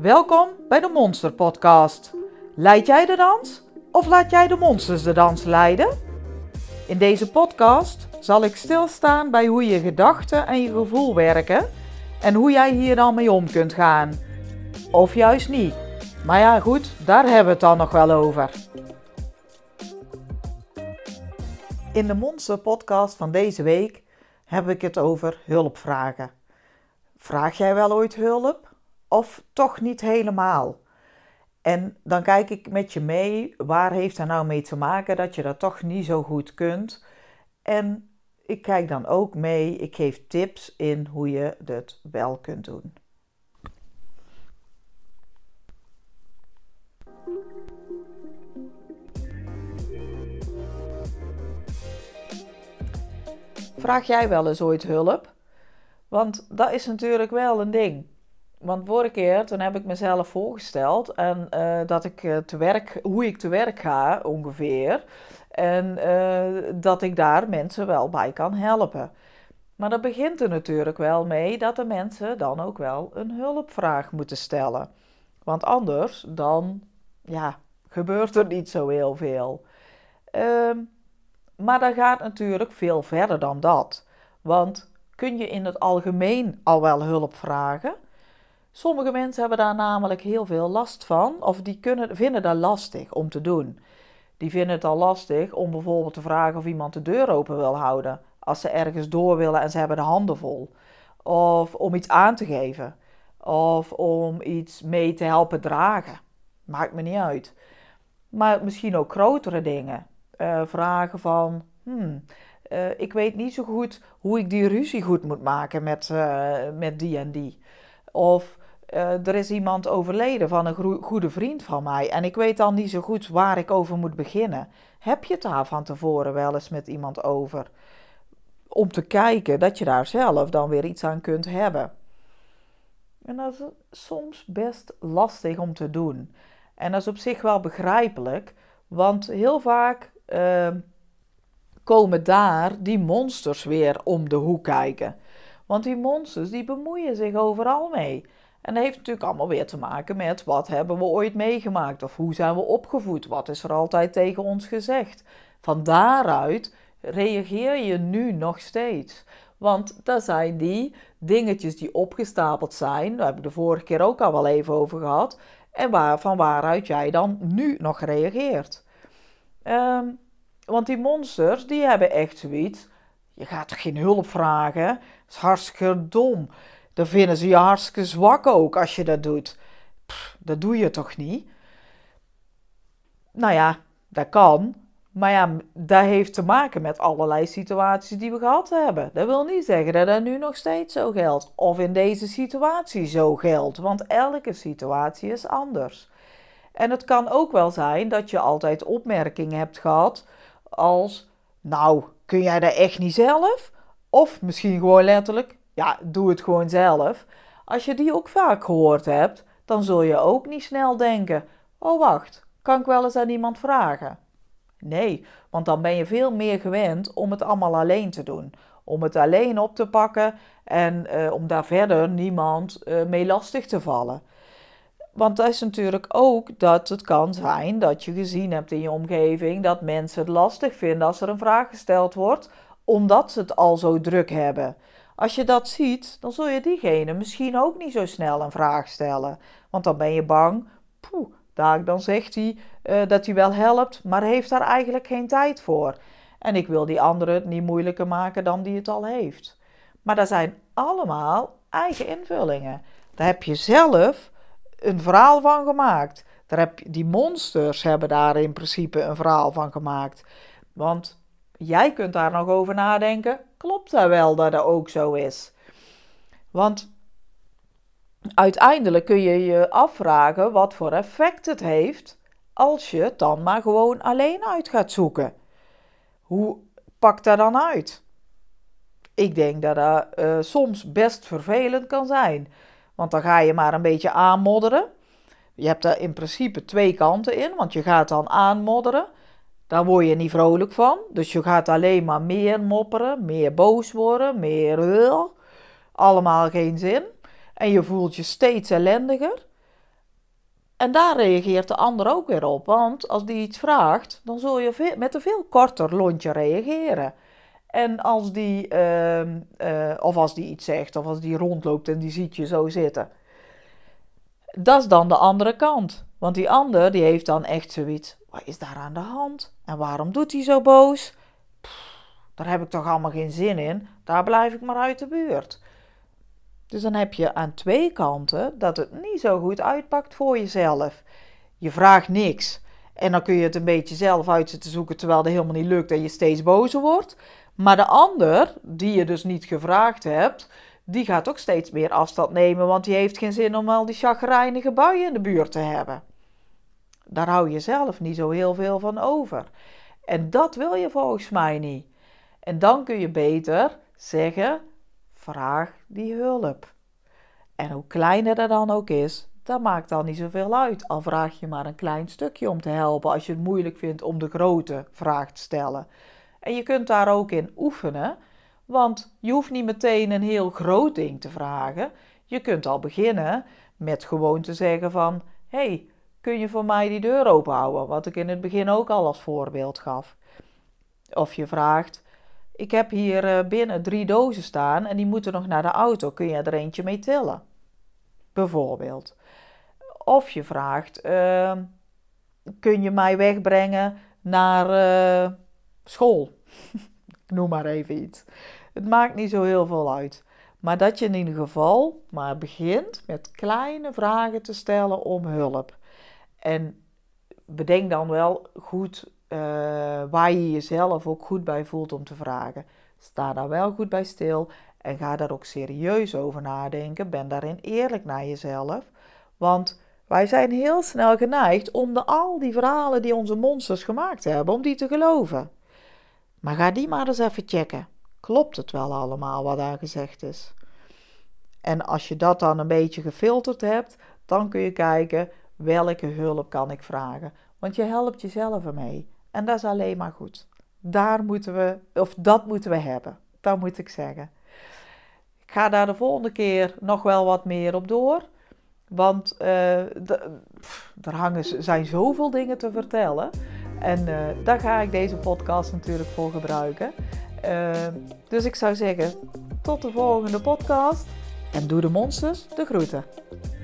Welkom bij de Monster Podcast. Leid jij de dans of laat jij de monsters de dans leiden? In deze podcast zal ik stilstaan bij hoe je gedachten en je gevoel werken en hoe jij hier dan mee om kunt gaan. Of juist niet. Maar ja goed, daar hebben we het dan nog wel over. In de Monster Podcast van deze week heb ik het over hulpvragen. Vraag jij wel ooit hulp? Of toch niet helemaal? En dan kijk ik met je mee, waar heeft dat nou mee te maken dat je dat toch niet zo goed kunt? En ik kijk dan ook mee, ik geef tips in hoe je het wel kunt doen. Vraag jij wel eens ooit hulp? Want dat is natuurlijk wel een ding. Want vorige keer, toen heb ik mezelf voorgesteld en dat ik hoe ik te werk ga ongeveer. En dat ik daar mensen wel bij kan helpen. Maar dat begint er natuurlijk wel mee dat de mensen dan ook wel een hulpvraag moeten stellen. Want anders dan, gebeurt er niet zo heel veel. Maar dat gaat natuurlijk veel verder dan dat. Want kun je in het algemeen al wel hulp vragen? Sommige mensen hebben daar namelijk heel veel last van, of die vinden dat lastig om te doen. Die vinden het al lastig om bijvoorbeeld te vragen of iemand de deur open wil houden, als ze ergens door willen en ze hebben de handen vol. Of om iets aan te geven. Of om iets mee te helpen dragen. Maakt me niet uit. Maar misschien ook grotere dingen. Vragen van, ik weet niet zo goed hoe ik die ruzie goed moet maken met die en die. Of er is iemand overleden van een goede vriend van mij en ik weet dan niet zo goed waar ik over moet beginnen. Heb je het daar van tevoren wel eens met iemand over? Om te kijken dat je daar zelf dan weer iets aan kunt hebben. En dat is soms best lastig om te doen. En dat is op zich wel begrijpelijk, want heel vaak komen daar die monsters weer om de hoek kijken. Want die monsters die bemoeien zich overal mee. En dat heeft natuurlijk allemaal weer te maken met wat hebben we ooit meegemaakt of hoe zijn we opgevoed, wat is er altijd tegen ons gezegd. Van daaruit reageer je nu nog steeds. Want dat zijn die dingetjes die opgestapeld zijn, daar heb ik de vorige keer ook al wel even over gehad, en van waaruit jij dan nu nog reageert. Want die monsters die hebben echt zoiets, je gaat toch geen hulp vragen? Dat is hartstikke dom. Dan vinden ze je hartstikke zwak ook als je dat doet. Dat doe je toch niet? Nou ja, dat kan. Maar ja, dat heeft te maken met allerlei situaties die we gehad hebben. Dat wil niet zeggen dat dat nu nog steeds zo geldt. Of in deze situatie zo geldt. Want elke situatie is anders. En het kan ook wel zijn dat je altijd opmerkingen hebt gehad als, nou, kun jij dat echt niet zelf? Of misschien gewoon letterlijk, ja, doe het gewoon zelf. Als je die ook vaak gehoord hebt, dan zul je ook niet snel denken, oh wacht, kan ik wel eens aan iemand vragen? Nee, want dan ben je veel meer gewend om het allemaal alleen te doen. Om het alleen op te pakken en om daar verder niemand mee lastig te vallen. Want dat is natuurlijk ook dat het kan zijn dat je gezien hebt in je omgeving dat mensen het lastig vinden als er een vraag gesteld wordt, omdat ze het al zo druk hebben. Als je dat ziet, dan zul je diegene misschien ook niet zo snel een vraag stellen. Want dan ben je bang, dan zegt hij dat hij wel helpt, maar heeft daar eigenlijk geen tijd voor. En ik wil die andere het niet moeilijker maken dan die het al heeft. Maar dat zijn allemaal eigen invullingen. Daar heb je zelf een verhaal van gemaakt. Die monsters hebben daar in principe een verhaal van gemaakt. Want jij kunt daar nog over nadenken. Klopt dat wel dat dat ook zo is? Want uiteindelijk kun je je afvragen wat voor effect het heeft als je het dan maar gewoon alleen uit gaat zoeken. Hoe pakt dat dan uit? Ik denk dat dat soms best vervelend kan zijn. Want dan ga je maar een beetje aanmodderen. Je hebt daar in principe twee kanten in, want je gaat dan aanmodderen. Daar word je niet vrolijk van. Dus je gaat alleen maar meer mopperen, meer boos worden, meer allemaal geen zin. En je voelt je steeds ellendiger. En daar reageert de ander ook weer op. Want als die iets vraagt, dan zul je met een veel korter lontje reageren. En als die, of als die iets zegt, of als die rondloopt en die ziet je zo zitten. Dat is dan de andere kant. Want die ander, die heeft dan echt zoiets. Wat is daar aan de hand? En waarom doet hij zo boos? Daar heb ik toch allemaal geen zin in. Daar blijf ik maar uit de buurt. Dus dan heb je aan twee kanten dat het niet zo goed uitpakt voor jezelf. Je vraagt niks. En dan kun je het een beetje zelf uit zitten zoeken terwijl het helemaal niet lukt en je steeds bozer wordt. Maar de ander, die je dus niet gevraagd hebt, die gaat ook steeds meer afstand nemen, want die heeft geen zin om al die chagrijnige buien in de buurt te hebben. Daar hou je zelf niet zo heel veel van over. En dat wil je volgens mij niet. En dan kun je beter zeggen, vraag die hulp. En hoe kleiner dat dan ook is, dat maakt dan niet zoveel uit. Al vraag je maar een klein stukje om te helpen als je het moeilijk vindt om de grote vraag te stellen. En je kunt daar ook in oefenen, want je hoeft niet meteen een heel groot ding te vragen. Je kunt al beginnen met gewoon te zeggen van, hey, kun je voor mij die deur openhouden? Wat ik in het begin ook al als voorbeeld gaf. Of je vraagt, ik heb hier binnen 3 dozen staan en die moeten nog naar de auto. Kun je er eentje mee tillen? Bijvoorbeeld. Of je vraagt, kun je mij wegbrengen naar school? Ik noem maar even iets. Het maakt niet zo heel veel uit. Maar dat je in ieder geval maar begint met kleine vragen te stellen om hulp. En bedenk dan wel goed waar je jezelf ook goed bij voelt om te vragen. Sta daar wel goed bij stil en ga daar ook serieus over nadenken. Ben daarin eerlijk naar jezelf. Want wij zijn heel snel geneigd om al die verhalen die onze monsters gemaakt hebben, om die te geloven. Maar ga die maar eens even checken. Klopt het wel allemaal wat daar gezegd is? En als je dat dan een beetje gefilterd hebt, dan kun je kijken welke hulp kan ik vragen. Want je helpt jezelf ermee. En dat is alleen maar goed. Dat moeten we hebben. Dat moet ik zeggen. Ik ga daar de volgende keer nog wel wat meer op door. Want zijn zoveel dingen te vertellen. En daar ga ik deze podcast natuurlijk voor gebruiken. Dus ik zou zeggen, tot de volgende podcast. En doe de monsters de groeten.